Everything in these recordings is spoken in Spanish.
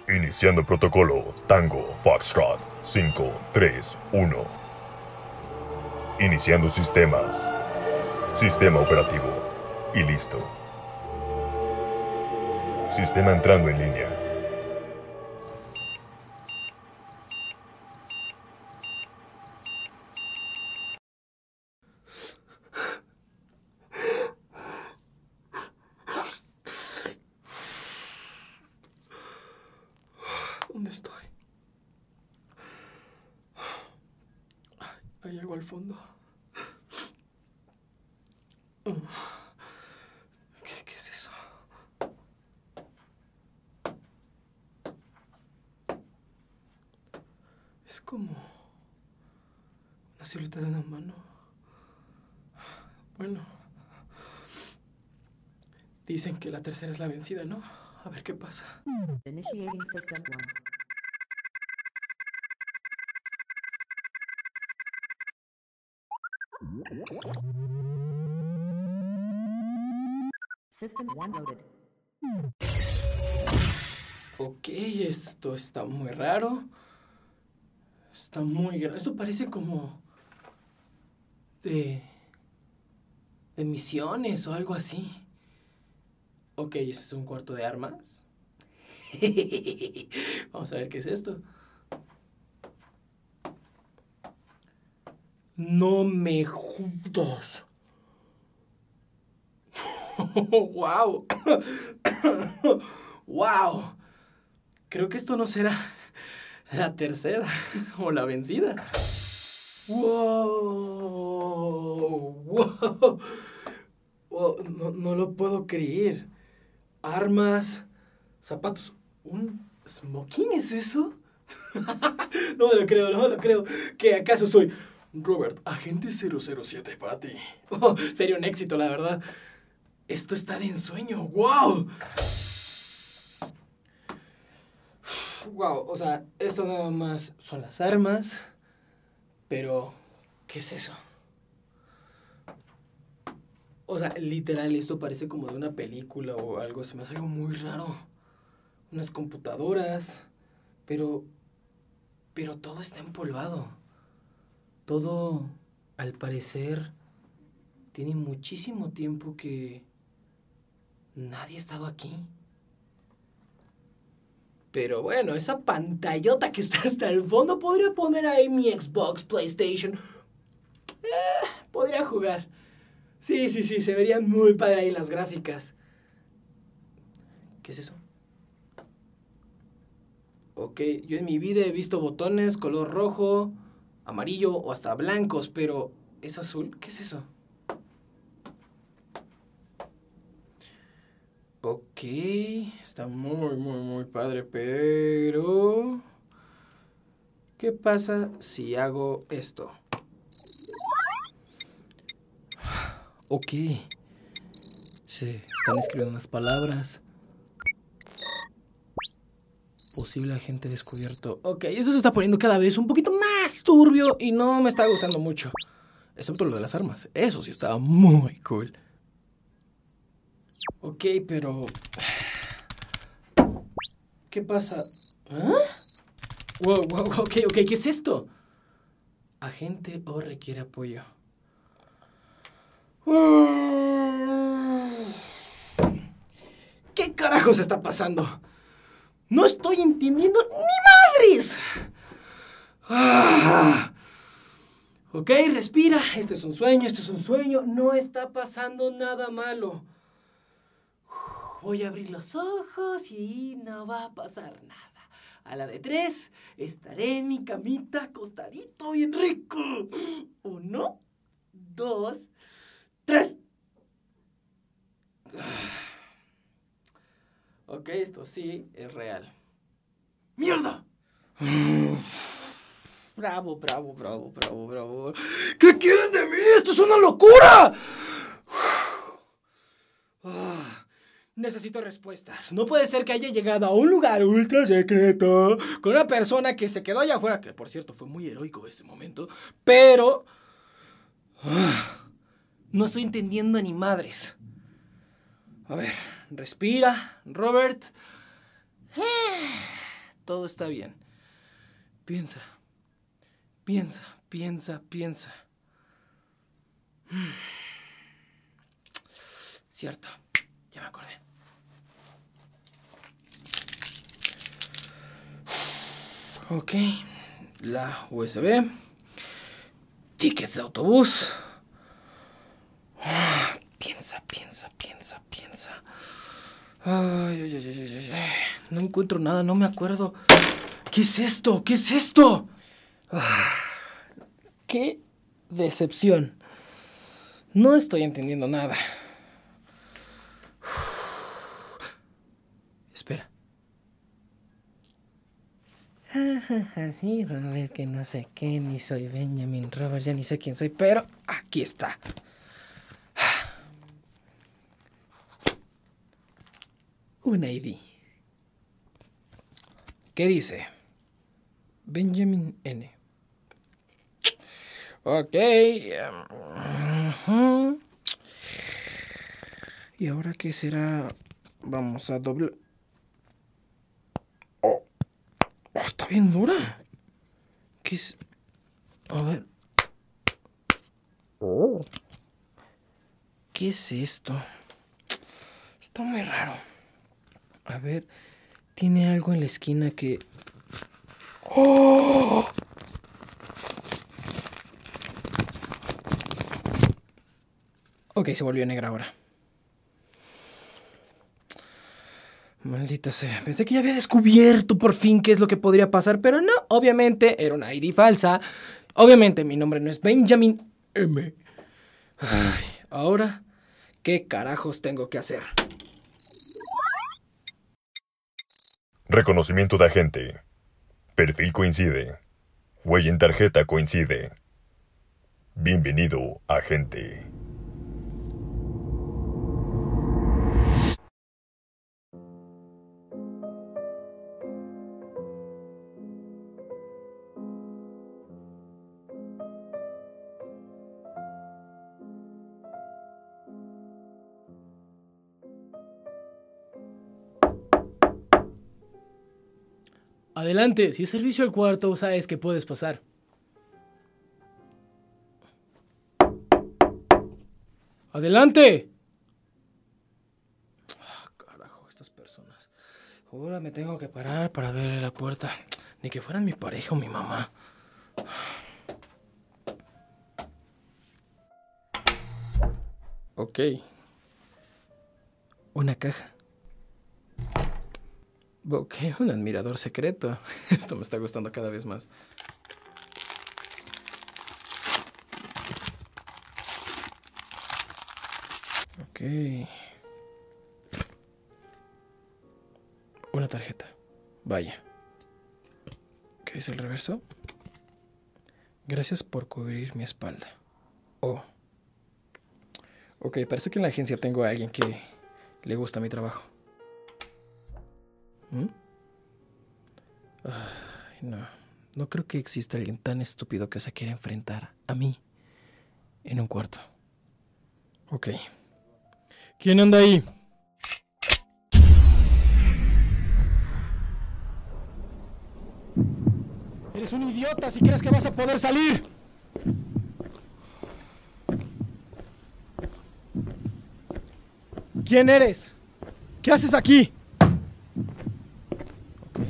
Iniciando protocolo Tango Foxtrot 5, 3, 1. Iniciando sistemas. Sistema operativo. Y listo. Sistema entrando en línea. ¿Dónde estoy? Hay algo al fondo. ¿Qué es eso? Es como la silueta de una mano. Bueno, dicen que la tercera es la vencida, ¿no? A ver qué pasa. Initiating System 1. System 1 loaded. Ok, esto está muy raro. Está muy grave. Esto parece como de misiones o algo así. Ok, ¿este es un cuarto de armas? Vamos a ver qué es esto. No me jodas. ¡Wow! ¡Wow! Creo que esto no será la tercera o la vencida. ¡Wow! ¡Wow! Wow, no lo puedo creer. Armas, zapatos. ¿Un smoking es eso? No me lo creo, no me lo creo. ¿Qué acaso soy Robert, agente 007 para ti? Oh, sería un éxito, la verdad. Esto está de ensueño. ¡Wow! Wow, o sea, esto nada más son las armas. Pero, ¿qué es eso? O sea, literal, esto parece como de una película o algo. Se me hace algo muy raro. Unas computadoras. Pero todo está empolvado. Todo, al parecer, tiene muchísimo tiempo que nadie ha estado aquí. Pero bueno, esa pantallota que está hasta el fondo, podría poner ahí mi Xbox, PlayStation. Podría jugar. Sí, se verían muy padre ahí las gráficas. ¿Qué es eso? Ok, yo en mi vida he visto botones color rojo, amarillo o hasta blancos, pero ¿es azul? ¿Qué es eso? Ok, está muy padre, pero ¿qué pasa si hago esto? Ok, se están escribiendo unas palabras. Posible agente descubierto. Ok, esto se está poniendo cada vez un poquito más turbio y no me está gustando mucho. Excepto lo de las armas. Eso sí estaba muy cool. Ok, pero... ¿qué pasa? ¿Ah? Wow, ok, ¿qué es esto? Agente O requiere apoyo. ¿Qué carajos está pasando? No estoy entendiendo ni madres. Ok, respira. Este es un sueño. No está pasando nada malo. Voy a abrir los ojos y no va a pasar nada. A la de 3, estaré en mi camita acostadito bien rico. 1, 2, 3. Ok, esto sí es real. ¡Mierda! Bravo. ¿Qué quieren de mí? ¡Esto es una locura! Necesito respuestas. No puede ser que haya llegado a un lugar ultra secreto con una persona que se quedó allá afuera, que por cierto fue muy heroico ese momento, pero... no estoy entendiendo ni madres. A ver, respira, Robert. todo está bien. Piensa, piensa, piensa, piensa. Cierto, ya me acordé. Ok, la USB, tickets de autobús. Piensa, piensa, piensa, piensa. Ay, ay, ay, ay, ay, ay. No encuentro nada, no me acuerdo. ¿Qué es esto? ¿Qué es esto? ¡Qué decepción! No estoy entendiendo nada. Espera. Sí, Robert, que no sé qué, ni soy Benjamin Robert, ya ni sé quién soy, pero aquí está. Un ID. ¿Qué dice? Benjamin N. Ok. ¿Y ahora qué será? Vamos a doblar. Oh, está bien dura. ¿Qué es? A ver. Oh. ¿Qué es esto? Está muy raro. A ver, tiene algo en la esquina que... ¡Oh! Ok, se volvió negra ahora. Maldita sea, pensé que ya había descubierto por fin qué es lo que podría pasar, pero no, obviamente era una ID falsa. Obviamente mi nombre no es Benjamin M. Ay, ahora, ¿qué carajos tengo que hacer? Reconocimiento de agente. Perfil coincide. Huella en tarjeta coincide. Bienvenido, agente. Adelante, si es servicio al cuarto, sabes que puedes pasar. ¡Adelante! Carajo, estas personas. Ahora me tengo que parar para abrir la puerta. Ni que fueran mi pareja o mi mamá. Ok. Una caja. Ok, un admirador secreto. Esto me está gustando cada vez más. Ok. Una tarjeta. Vaya. ¿Qué es el reverso? Gracias por cubrir mi espalda. Oh. Ok, parece que en la agencia tengo a alguien que le gusta mi trabajo. ¿Mm? Ay, no. No creo que exista alguien tan estúpido que se quiera enfrentar a mí en un cuarto. Ok. ¿Quién anda ahí? Eres un idiota si crees que vas a poder salir. ¿Quién eres? ¿Qué haces aquí? Ok.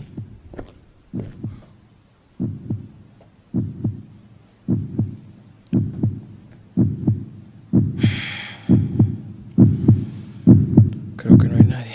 Creo que no hay nadie.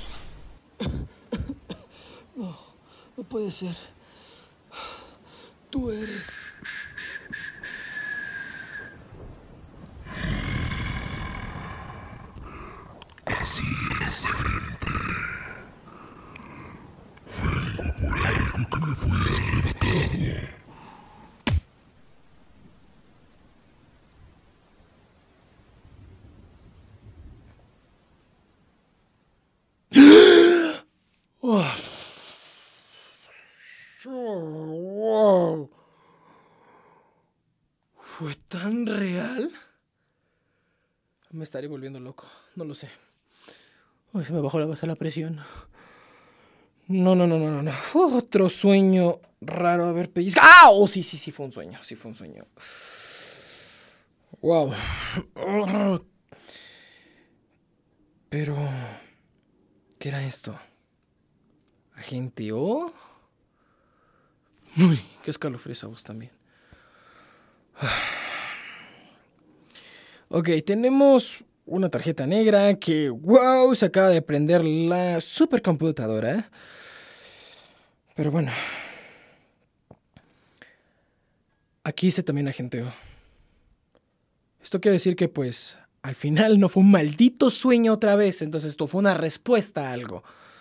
No puede ser. tú eres? Así es, agente. Vengo por algo que me fue arrebatado. Wow. ¿Fue tan real? Me estaré volviendo loco, no lo sé. Uy, se me bajó la presión. No. Otro sueño raro, a ver, pellizca. ¡Ah! Oh, sí, fue un sueño, Wow. Pero, ¿qué era esto? ¿Agente O? Uy, qué escalofrío esa voz también. Ok, tenemos una tarjeta negra que, wow, se acaba de prender la supercomputadora. Pero bueno. Aquí dice también agente O. Esto quiere decir que, pues, al final no fue un maldito sueño otra vez. Entonces esto fue una respuesta a algo.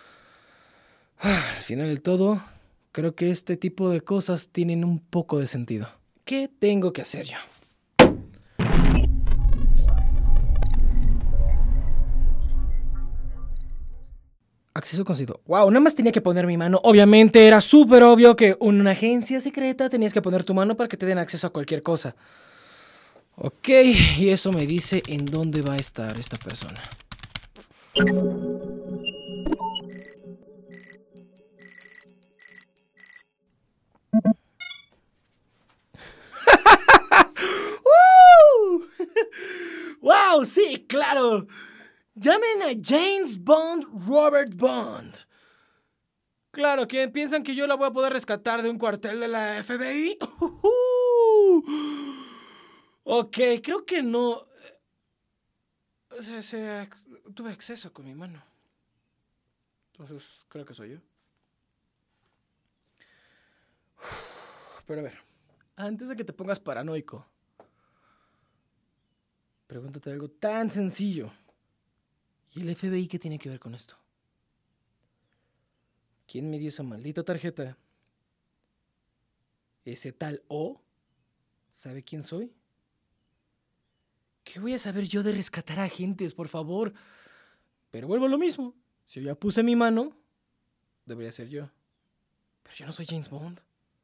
Al final del todo, creo que este tipo de cosas tienen un poco de sentido. ¿Qué tengo que hacer yo? Acceso concedido. Wow, nada más tenía que poner mi mano. Obviamente era súper obvio que en una agencia secreta tenías que poner tu mano para que te den acceso a cualquier cosa. Ok, y eso me dice en dónde va a estar esta persona. ¡Wow! Sí, claro. Llamen a James Bond, Robert Bond. Claro, ¿quién piensan que yo la voy a poder rescatar de un cuartel de la FBI? Ok, creo que no. Tuve acceso con mi mano. Entonces, creo que soy yo. Pero a ver, antes de que te pongas paranoico, pregúntate algo tan sencillo. ¿Y el FBI qué tiene que ver con esto? ¿Quién me dio esa maldita tarjeta? ¿Ese tal O? ¿Sabe quién soy? ¿Qué voy a saber yo de rescatar a agentes, por favor? Pero vuelvo a lo mismo. Si yo ya puse mi mano, debería ser yo. Pero yo no soy James Bond.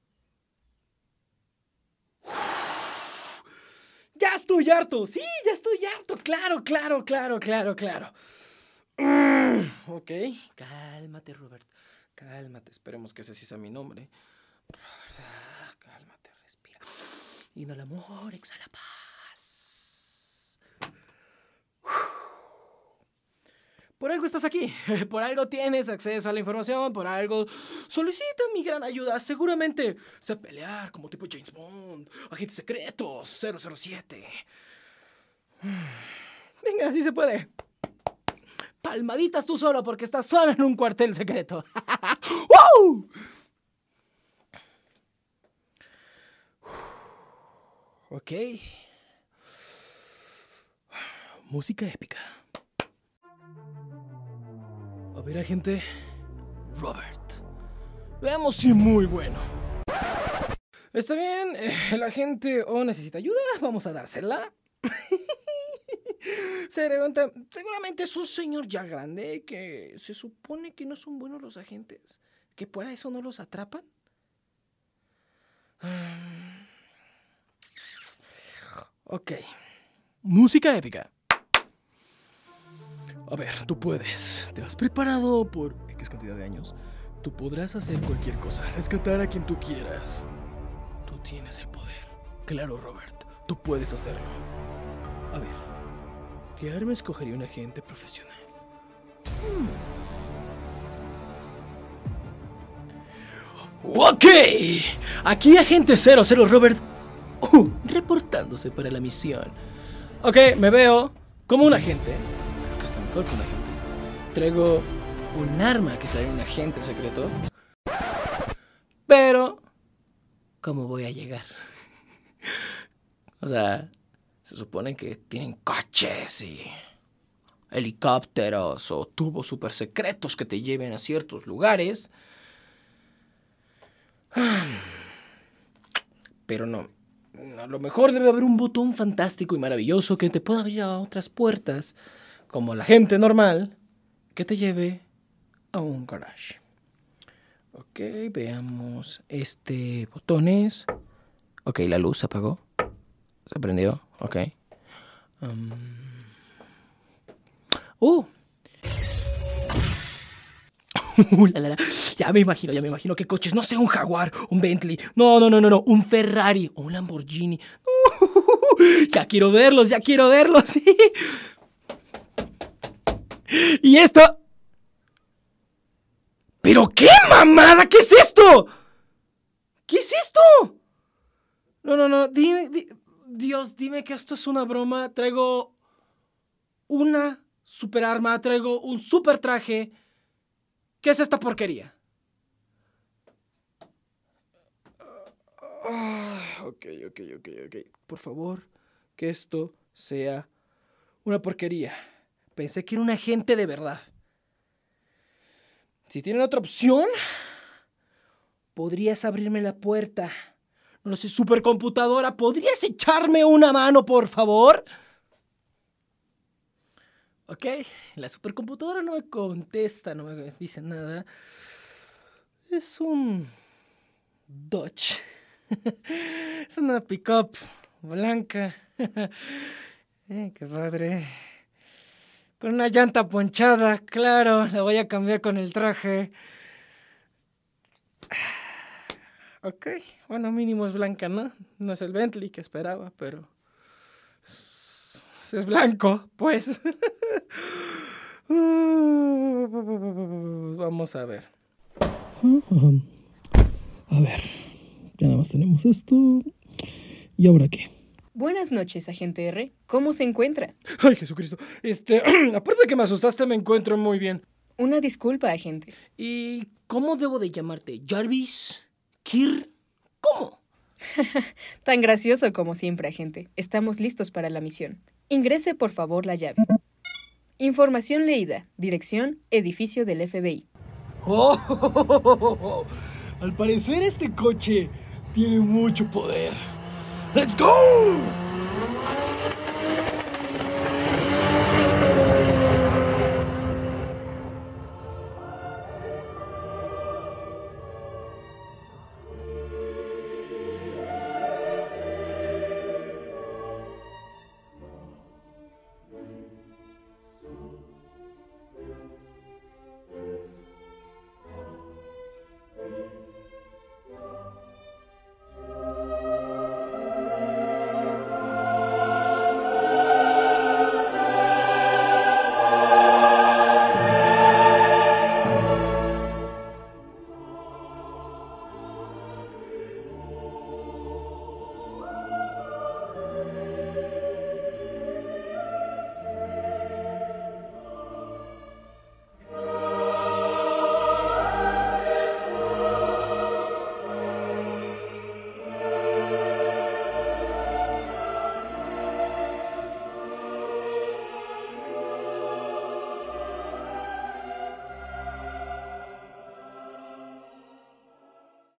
Uf, ¡ya estoy harto! ¡Sí, ya estoy harto! ¡Claro! Ok, cálmate, Robert. Cálmate, esperemos que ese sí sea mi nombre. Robert, cálmate, respira. Inhala amor, exhala paz. Por algo estás aquí, por algo tienes acceso a la información, por algo solicitas mi gran ayuda. Seguramente sé pelear como tipo James Bond, agentes secretos, 007. Venga, así se puede. Palmaditas tú solo porque estás solo en un cuartel secreto. ¡Wow! Ok. Música épica. A ver, agente Robert. Veamos si muy bueno. Está bien, el agente O necesita ayuda. Vamos a dársela. Seguramente es un señor ya grande que se supone que no son buenos los agentes. ¿Que por eso no los atrapan? Ok. Música épica. A ver, tú puedes. ¿Te has preparado por X cantidad de años? Tú podrás hacer cualquier cosa, rescatar a quien tú quieras. Tú tienes el poder. Claro, Robert, tú puedes hacerlo. A ver, ¿qué arma escogería un agente profesional? Ok, aquí agente 00 Robert reportándose para la misión. Ok, me veo como un agente. Creo que está mejor que un agente. Traigo un arma que trae un agente secreto. Pero cómo voy a llegar. O sea, se supone que tienen coches y helicópteros o tubos super secretos que te lleven a ciertos lugares. Pero no. A lo mejor debe haber un botón fantástico y maravilloso que te pueda abrir a otras puertas, como la gente normal, que te lleve a un garage. Ok, veamos. Este botón es... Ok, la luz se apagó. Se prendió. Ok. La, la, la. Ya me imagino qué coches. No sé, un Jaguar, un Bentley. No. Un Ferrari o un Lamborghini. Ya quiero verlos. Sí. Y esto... ¿Pero qué mamada? ¿Qué es esto? ¿Qué es esto? No. Dios, dime que esto es una broma. Traigo una super arma. Traigo un super traje. ¿Qué es esta porquería? Ok. Por favor, que esto sea una porquería. Pensé que era un agente de verdad. Si tienen otra opción, podrías abrirme la puerta. No lo sé, supercomputadora, ¿podrías echarme una mano, por favor? Ok, la supercomputadora no me contesta, no me dice nada. Es un Dodge. Es una pickup blanca. Qué padre. Con una llanta ponchada, claro, la voy a cambiar con el traje. Ok, bueno, mínimo es blanca, ¿no? No es el Bentley que esperaba, pero... es blanco, pues. Vamos a ver. A ver, ya nada más tenemos esto. ¿Y ahora qué? Buenas noches, agente R. ¿Cómo se encuentra? Ay, Jesucristo. Aparte de que me asustaste, me encuentro muy bien. Una disculpa, agente. ¿Y cómo debo de llamarte? ¿Jarvis? ¿Kir? ¿Cómo? Tan gracioso como siempre, agente. Estamos listos para la misión. Ingrese, por favor, la llave. Información leída. Dirección, edificio del FBI. Oh, al parecer este coche tiene mucho poder. ¡Let's go!